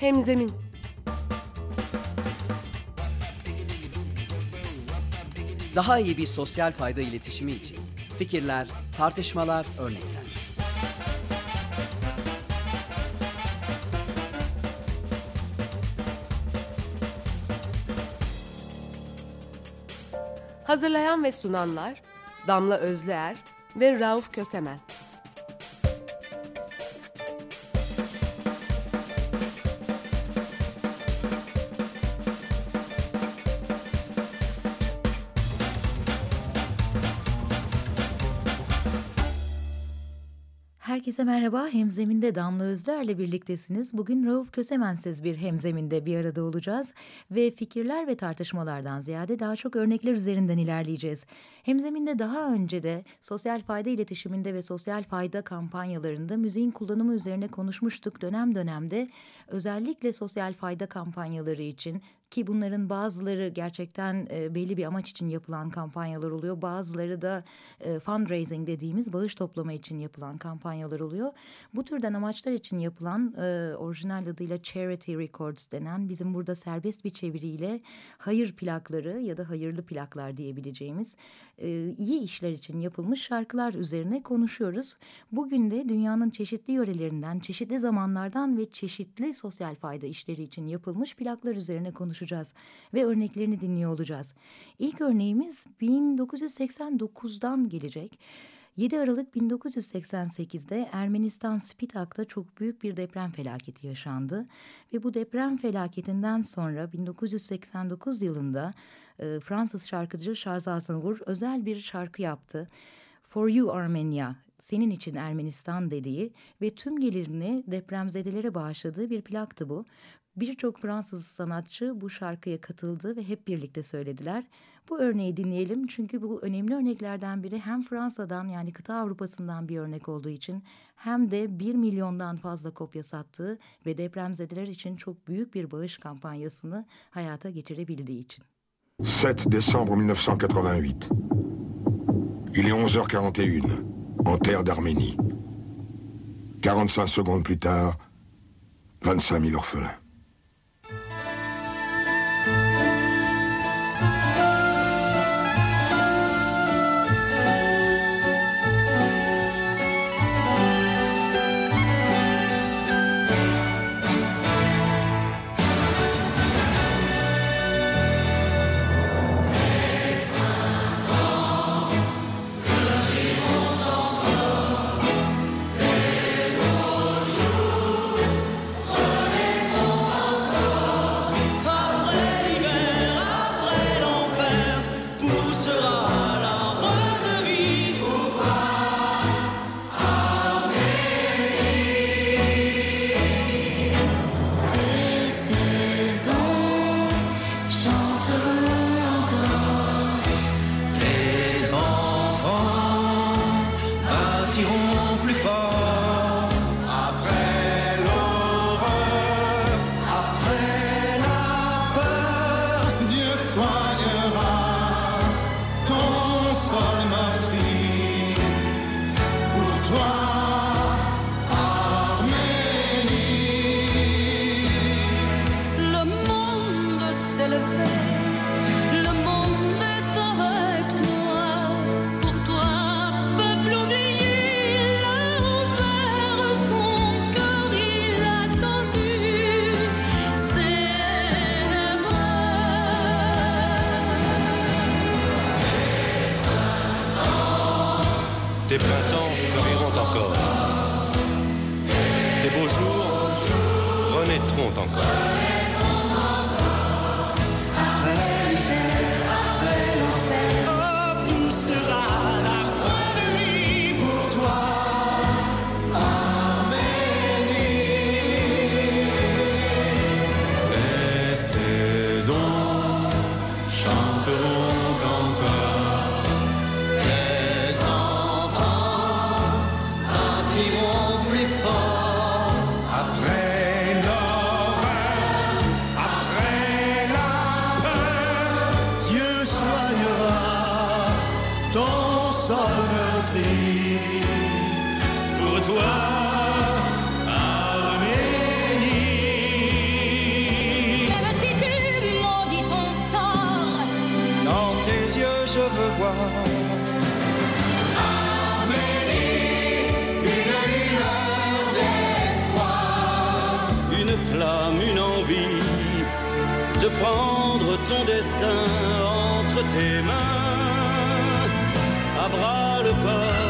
Hemzemin. Daha iyi bir sosyal fayda iletişimi için fikirler, tartışmalar, örnekler. Hazırlayan ve sunanlar Damla Özlüer ve Rauf Kösemen. Herkese merhaba. Hemzeminde Damla Özler'le birliktesiniz. Bugün Rauf Kösemensiz bir hemzeminde bir arada olacağız ve fikirler ve tartışmalardan ziyade daha çok örnekler üzerinden ilerleyeceğiz. Hemzeminde daha önce de sosyal fayda iletişiminde ve sosyal fayda kampanyalarında müziğin kullanımı üzerine konuşmuştuk. Dönem dönemde özellikle sosyal fayda kampanyaları için, ki bunların bazıları gerçekten belli bir amaç için yapılan kampanyalar oluyor. Bazıları da fundraising dediğimiz bağış toplama için yapılan kampanyalar oluyor. Bu türden amaçlar için yapılan orijinal adıyla charity records denen, bizim burada serbest bir çeviriyle hayır plakları ya da hayırlı plaklar diyebileceğimiz iyi işler için yapılmış şarkılar üzerine konuşuyoruz. Bugün de dünyanın çeşitli yörelerinden, çeşitli zamanlardan ve çeşitli sosyal fayda işleri için yapılmış plaklar üzerine konuşacağız ve örneklerini dinliyor olacağız. İlk örneğimiz 1989'dan gelecek. 7 Aralık 1988'de Ermenistan Spitak'ta çok büyük bir deprem felaketi yaşandı ve bu deprem felaketinden sonra 1989 yılında Fransız şarkıcı Charles Aznavour özel bir şarkı yaptı. For You Armenia, senin için Ermenistan dediği ve tüm gelirini depremzedelere bağışladığı bir plaktı bu. Birçok Fransız sanatçı bu şarkıya katıldı ve hep birlikte söylediler. Bu örneği dinleyelim çünkü bu önemli örneklerden biri hem Fransa'dan, yani kıta Avrupa'sından bir örnek olduğu için, hem de 1 milyondan fazla kopya sattığı ve depremzedeler için çok büyük bir bağış kampanyasını hayata geçirebildiği için. 7 décembre 1988. Il est 11h41 en terre d'Arménie. 45 secondes plus tard, 25 000 orphelins. Tes printemps fleuriront encore. Tes beaux jours renaîtront encore. Après l'hiver, après l'enfer, oh, poussera l'arbre de nuit pour toi, Arménie. Tes saisons chanteront encore. Plus fort. Après l'horreur, prendre ton destin entre tes mains, à bras le corps.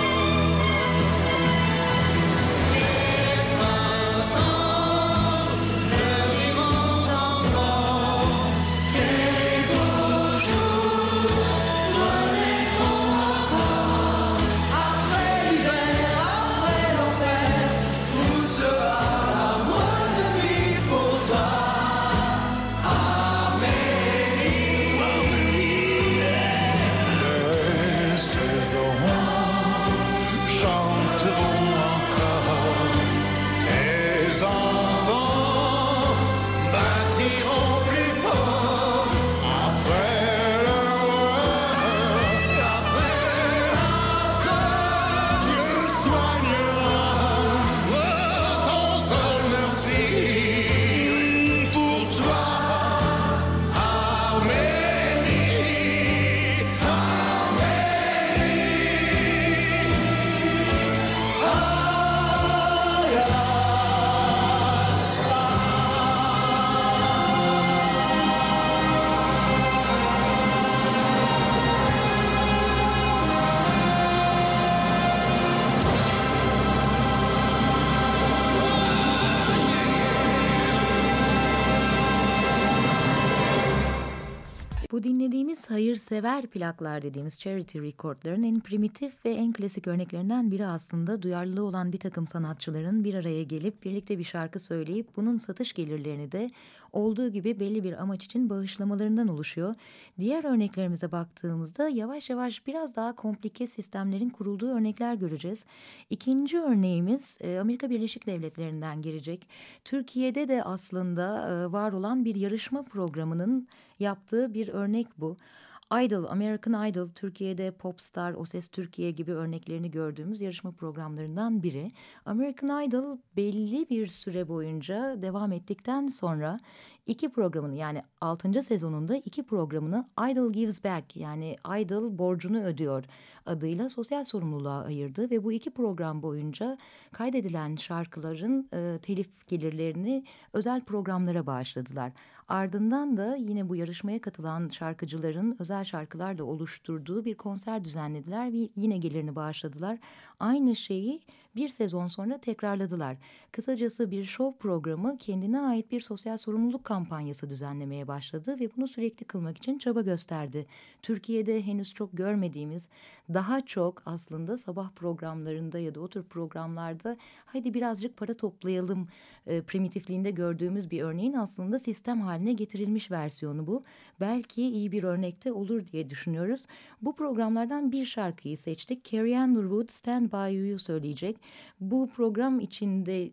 Bu dinlediğimiz hayırsever plaklar dediğimiz charity recordların en primitif ve en klasik örneklerinden biri aslında duyarlılığı olan bir takım sanatçıların bir araya gelip birlikte bir şarkı söyleyip bunun satış gelirlerini de olduğu gibi belli bir amaç için bağışlamalarından oluşuyor. Diğer örneklerimize baktığımızda yavaş yavaş biraz daha komplike sistemlerin kurulduğu örnekler göreceğiz. İkinci örneğimiz Amerika Birleşik Devletleri'nden gelecek. Türkiye'de de aslında var olan bir yarışma programının yaptığı bir örnek bu. Idol, American Idol, Türkiye'de Popstar, O Ses Türkiye gibi örneklerini gördüğümüz yarışma programlarından biri. American Idol belli bir süre boyunca devam ettikten sonra iki programını, yani 6. sezonunda iki programını Idol Gives Back, yani Idol borcunu ödüyor adıyla sosyal sorumluluğa ayırdı ve bu iki program boyunca kaydedilen şarkıların telif gelirlerini özel programlara bağışladılar. Ardından da yine bu yarışmaya katılan şarkıcıların özel şarkılarla oluşturduğu bir konser düzenlediler ve yine gelirini bağışladılar. Aynı şeyi bir sezon sonra tekrarladılar. Kısacası bir şov programı kendine ait bir sosyal sorumluluk kampanyası düzenlemeye başladı ve bunu sürekli kılmak için çaba gösterdi. Türkiye'de henüz çok görmediğimiz, daha çok aslında sabah programlarında ya da o tür programlarda hadi birazcık para toplayalım primitifliğinde gördüğümüz bir örneğin aslında sistem haline getirilmiş versiyonu bu. Belki iyi bir örnekte olur diye düşünüyoruz. Bu programlardan bir şarkıyı seçtik. Carrie Underwood Stand By You'yu söyleyecek. Bu program içinde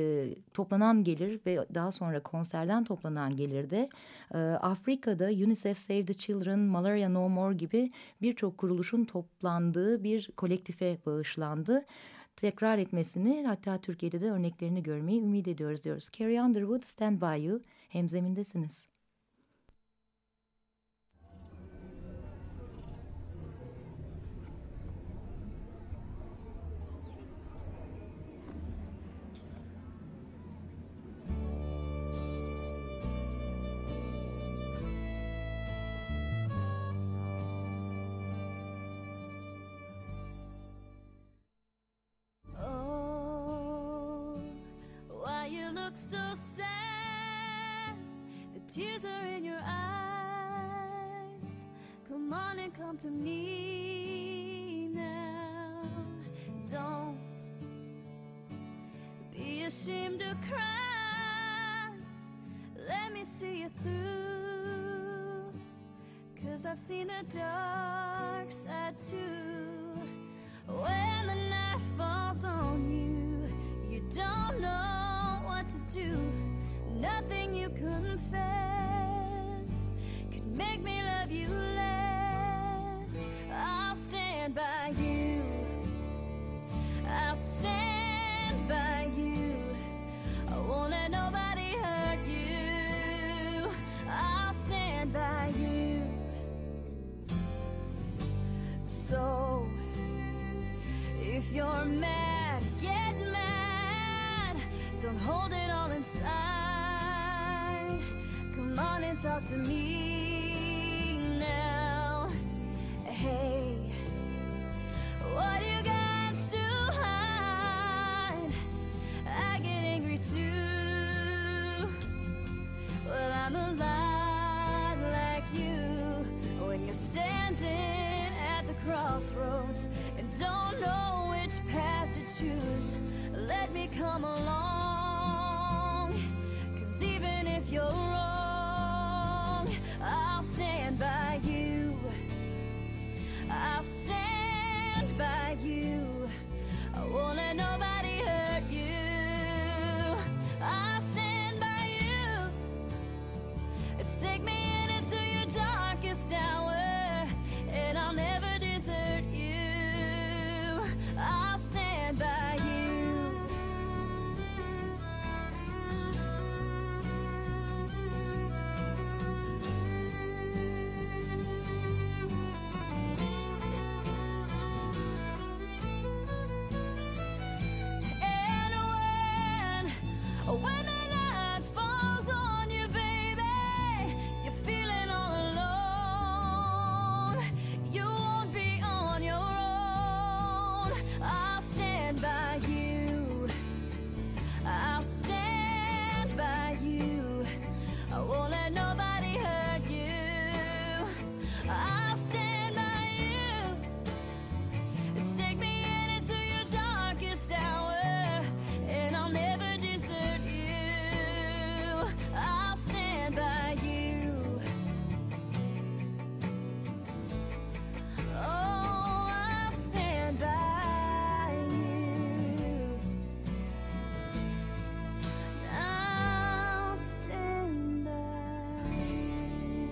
toplanan gelir ve daha sonra konserden toplanan gelirde Afrika'da UNICEF Save the Children, Malaria No More gibi birçok kuruluşun toplandığı bir kolektife bağışlandı. Tekrar etmesini, hatta Türkiye'de de örneklerini görmeyi ümit ediyoruz diyoruz. Carrie Underwood Stand By You, hemzemindesiniz. So sad, the tears are in your eyes. Come on and come to me now. Don't be ashamed to cry. Let me see you through, 'cause I've seen the dark side too. When the night falls on you, you don't know to do. Nothing you confess could make me love you less. I'll stand by you. I'll stand by you. I won't let nobody hurt you. I'll stand by you. So if you're mad, get mad. Don't hold it all inside. Come on and talk to me now. Hey, what you got to hide? I get angry too. Well, I'm a lot like you when you're standing at the crossroads and don't know which path to choose. Let me come along, 'cause even if you're wrong, I'll stand by you. I'll stand by you. I won't let nobody hurt you. I'll stand by you. Take me in into your darkest hour, and I'll never desert you. I'll stand by you. And when the night falls on you, baby, you're feeling all alone. You won't be on your own. I'll stand by you. I'll stand by you. I won't let nobody hurt you. I'll stand by you. Take me in into your darkest hour, and I'll never desert you. I'll stand by you. Oh, I'll stand by you. I'll stand by you.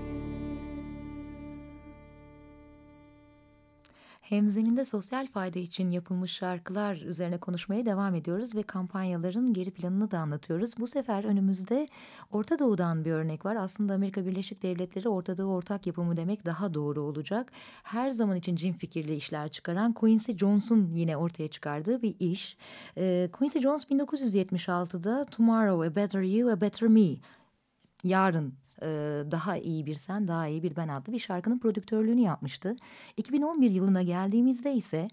Hemzeminde sosyal fayda için yapılmış şarkılar üzerine konuşmaya devam ediyoruz ve kampanyaların geri planını da anlatıyoruz. Bu sefer önümüzde Orta Doğu'dan bir örnek var. Aslında Amerika Birleşik Devletleri Orta Doğu ortak yapımı demek daha doğru olacak. Her zaman için cin fikirli işler çıkaran Quincy Jones'un yine ortaya çıkardığı bir iş. Quincy Jones 1976'da Tomorrow, A Better You, A Better Me, yarın daha iyi bir sen, daha iyi bir ben adlı bir şarkının prodüktörlüğünü yapmıştı. 2011 yılına geldiğimizde ise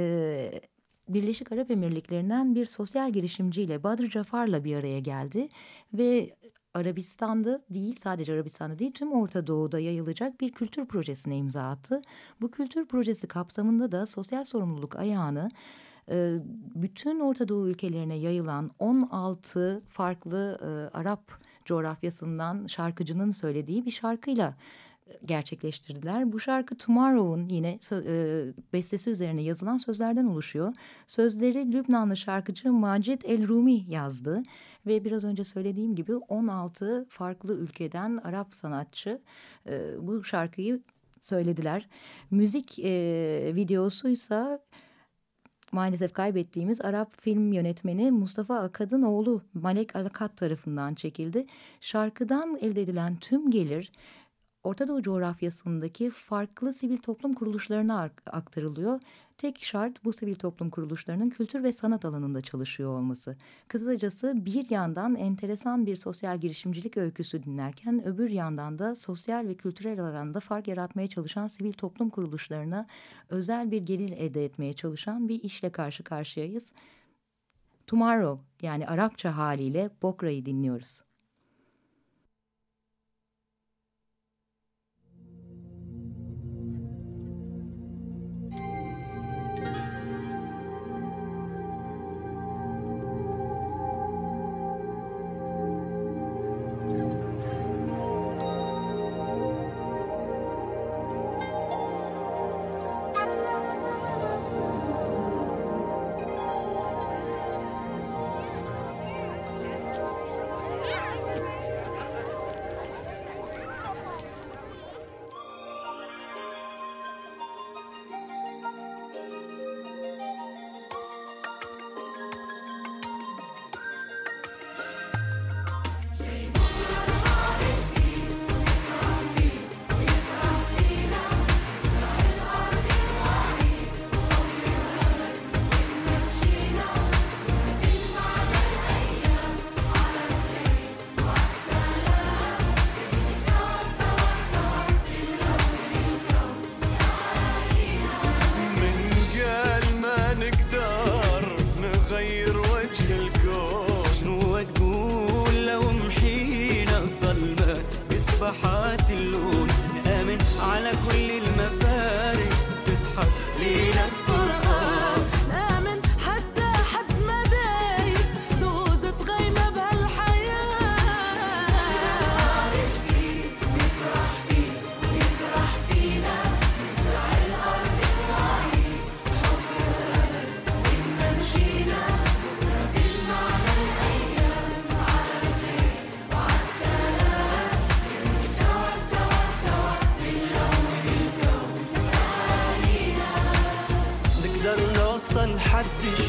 Birleşik Arap Emirlikleri'nden bir sosyal girişimciyle Badr Jafar'la bir araya geldi ve Arabistan'da değil, sadece Arabistan'da değil, tüm Orta Doğu'da yayılacak bir kültür projesine imza attı. Bu kültür projesi kapsamında da sosyal sorumluluk ayağını bütün Orta Doğu ülkelerine yayılan 16 farklı Arap coğrafyasından şarkıcının söylediği bir şarkıyla gerçekleştirdiler. Bu şarkı Tomorrow'un yine bestesi üzerine yazılan sözlerden oluşuyor. Sözleri Lübnanlı şarkıcı Macid El Rumi yazdı ve biraz önce söylediğim gibi 16 farklı ülkeden Arap sanatçı bu şarkıyı söylediler. Müzik videosuysa maalesef kaybettiğimiz Arap film yönetmeni Mustafa Akad'ın oğlu Malek Alakat tarafından çekildi. Şarkıdan elde edilen tüm gelir Orta Doğu coğrafyasındaki farklı sivil toplum kuruluşlarına aktarılıyor. Tek şart bu sivil toplum kuruluşlarının kültür ve sanat alanında çalışıyor olması. Kısacası bir yandan enteresan bir sosyal girişimcilik öyküsü dinlerken öbür yandan da sosyal ve kültürel alanda fark yaratmaya çalışan sivil toplum kuruluşlarına özel bir gelir elde etmeye çalışan bir işle karşı karşıyayız. Tomorrow, yani Arapça haliyle Bokra'yı dinliyoruz. Yeah.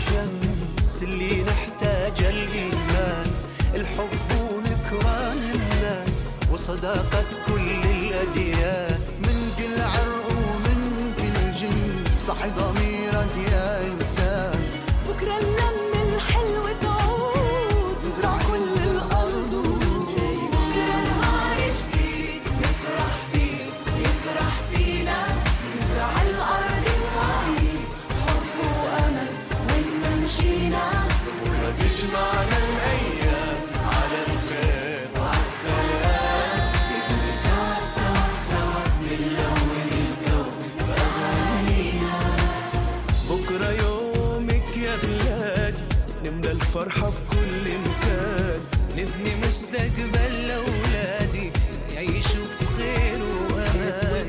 الشمس اللي نحتاج الإيمان الحب ونكران الناس وصداقة كل الأديان من كل عرق ومن كل جنس صح ضميرك يا إنسان بكرة اللم الحلو تعود نزرع كل الأرض بكرة نهار جديد نفرح فيه يفرح فينا نزرع الأرض الوعيد حب وأمل وين ما مشينا بكرة تجمعنا الأيام على الخير وعالسلام نكون سوا سوا سوا نلون الكون بأغانينا بكرة يومك يا بلادي نملى الفرحة في كل مكان نبني مستقبل لأولادي يعيشوا بخير وأمان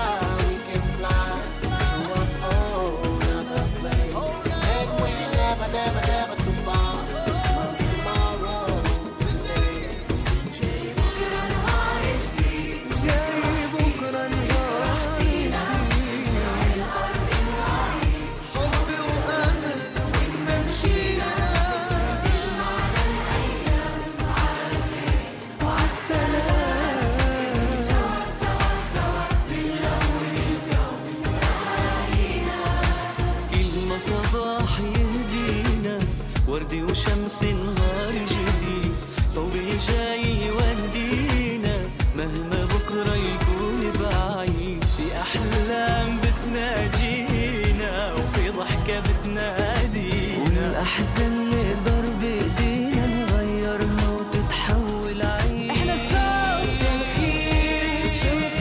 صباح يهدينا وردي وشمس نهار جديد صوبي جاي يودينا مهما بكرة يكون بعيد في أحلام بتناجينا وفي ضحكة بتنادينا والأحزان نقدر بإيدينا نغيرها وتتحول عيد احنا صوت الخير شمس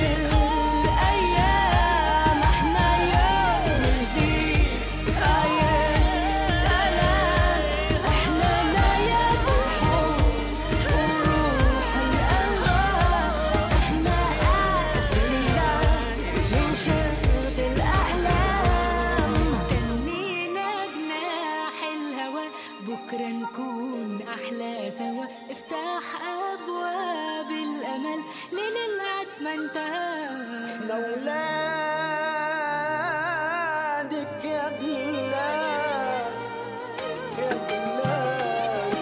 الأيام احنا يوم جديد راية سلام احنا نايات الحب وروح الأنهار احنا أغنياء ننشر الأحلام مستنينا جناح الهوى بكرة نكون أحلى سوا افتح أبواب الأمل للعد ما انتهى لأولادك يا بلاد يا بلاد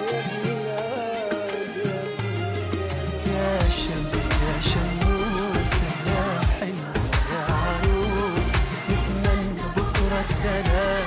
يا شمس يا شموس يا حلوة يا عروس نتمنى بكرة السلام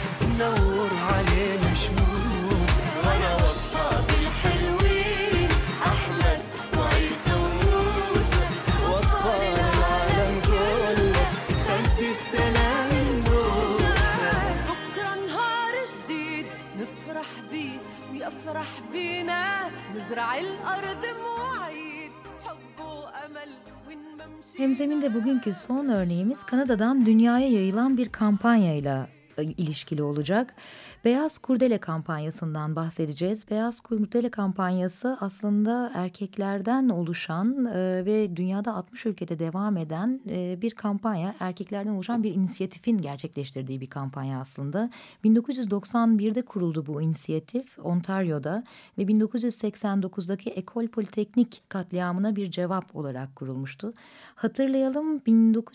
تنور علينا شموس وأنا وأصحابي الحلوين أحمد وعيسى وموسى وأطفال العالم كله خد السلام نوسة بكرة نهار جديد نفرح بيه ويفرح بينا نزرع الأرض مواعيد حب وأمل وين ما مشينا. Hemzeminde bugünkü son örneğimiz Kanada'dan dünyaya yayılan bir kampanyayla ilişkili olacak. Beyaz Kurdele kampanyasından bahsedeceğiz. Beyaz Kurdele kampanyası aslında erkeklerden oluşan ve dünyada 60 ülkede devam eden bir kampanya. Erkeklerden oluşan bir inisiyatifin gerçekleştirdiği bir kampanya aslında. 1991'de kuruldu bu inisiyatif Ontario'da ve 1989'daki Ekol Politeknik katliamına bir cevap olarak kurulmuştu. Hatırlayalım,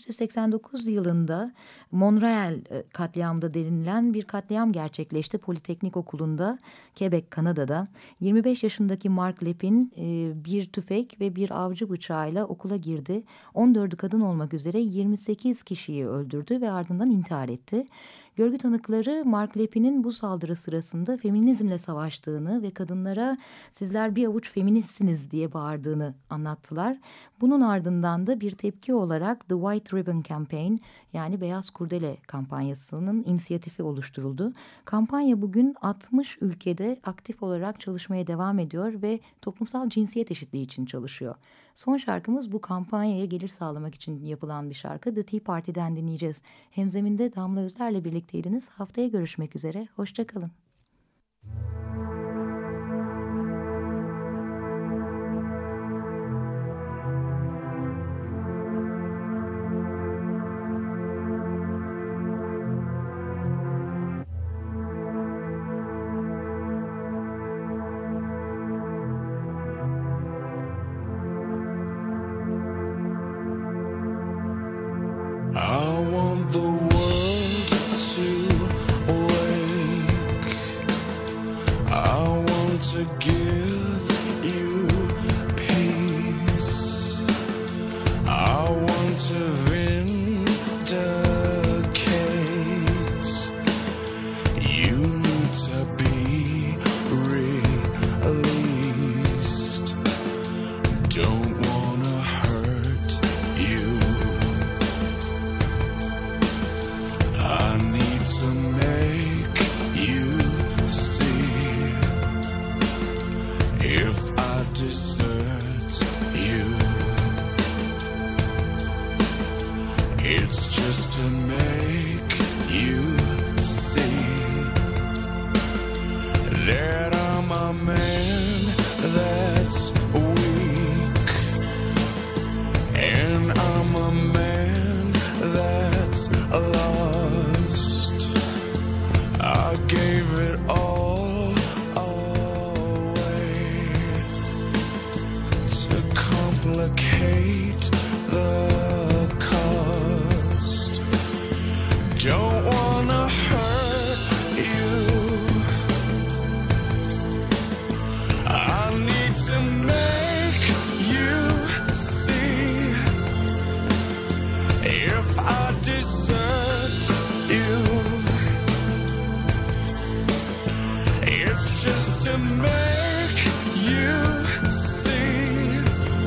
1989 yılında Montreal katliamında denilen bir katliam gerçekleşti Politeknik Okulu'nda, Quebec, Kanada'da. 25 yaşındaki Mark Lepin bir tüfek ve bir avcı bıçağıyla okula girdi. 14'ü kadın olmak üzere 28 kişiyi öldürdü ve ardından intihar etti. Görgü tanıkları Mark Lepin'in bu saldırı sırasında feminizmle savaştığını ve kadınlara "sizler bir avuç feministsiniz" diye bağırdığını anlattılar. Bunun ardından da bir tepki olarak The White Ribbon Campaign, yani Beyaz Kurdele kampanyasının inisiyatifi oluşturuldu. Kampanya bugün 60 ülkede aktif olarak çalışmaya devam ediyor ve toplumsal cinsiyet eşitliği için çalışıyor. Son şarkımız bu kampanyaya gelir sağlamak için yapılan bir şarkı. The Tea Party'den dinleyeceğiz. Hemzeminde Damla Özler'le birlikteydiniz. Haftaya görüşmek üzere. Hoşça kalın. I want the world to wake give you peace. I want to vindicate. You need to be released. Don't wanna hurt you. I need to make you see if I desert you. It's just to make you see that I'm a man that's weak, and I'm a man that's lost. I gave it all away to complicate the cost. Don't wanna hurt you. I need to make you see if I desert you. It's just to make you see.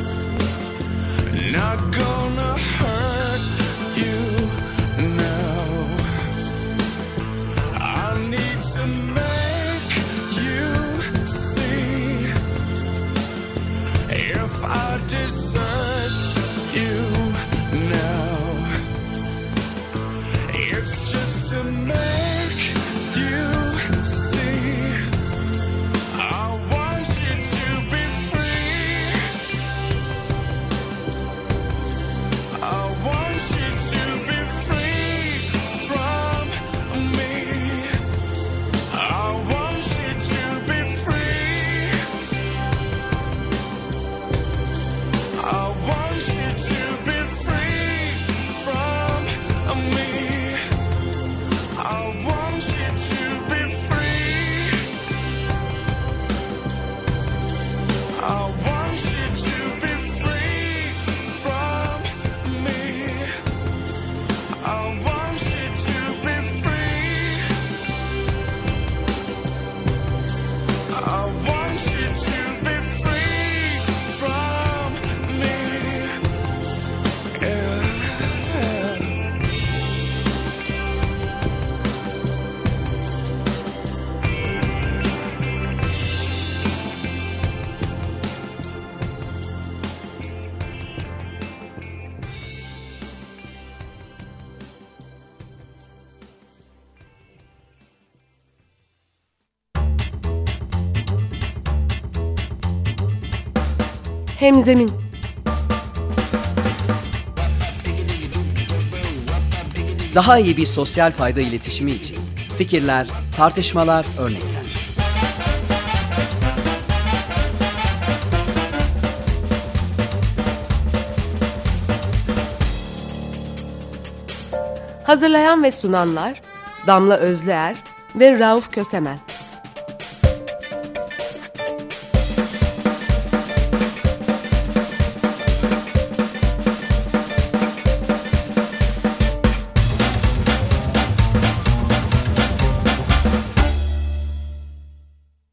Not gonna hurt you now. I need to make you see if I desert you now. It's just to make you see. I want you to be free. I want you to be free from me. I want you to be free. I want you to be free from me. I want you to be free. I want you to be free from me. I want you to be free. I want you to be free from me. Yeah. Hemzemin. Daha iyi bir sosyal fayda iletişimi için fikirler, tartışmalar, örnekler. Hazırlayan ve sunanlar Damla Özlüer ve Rauf Kösemen.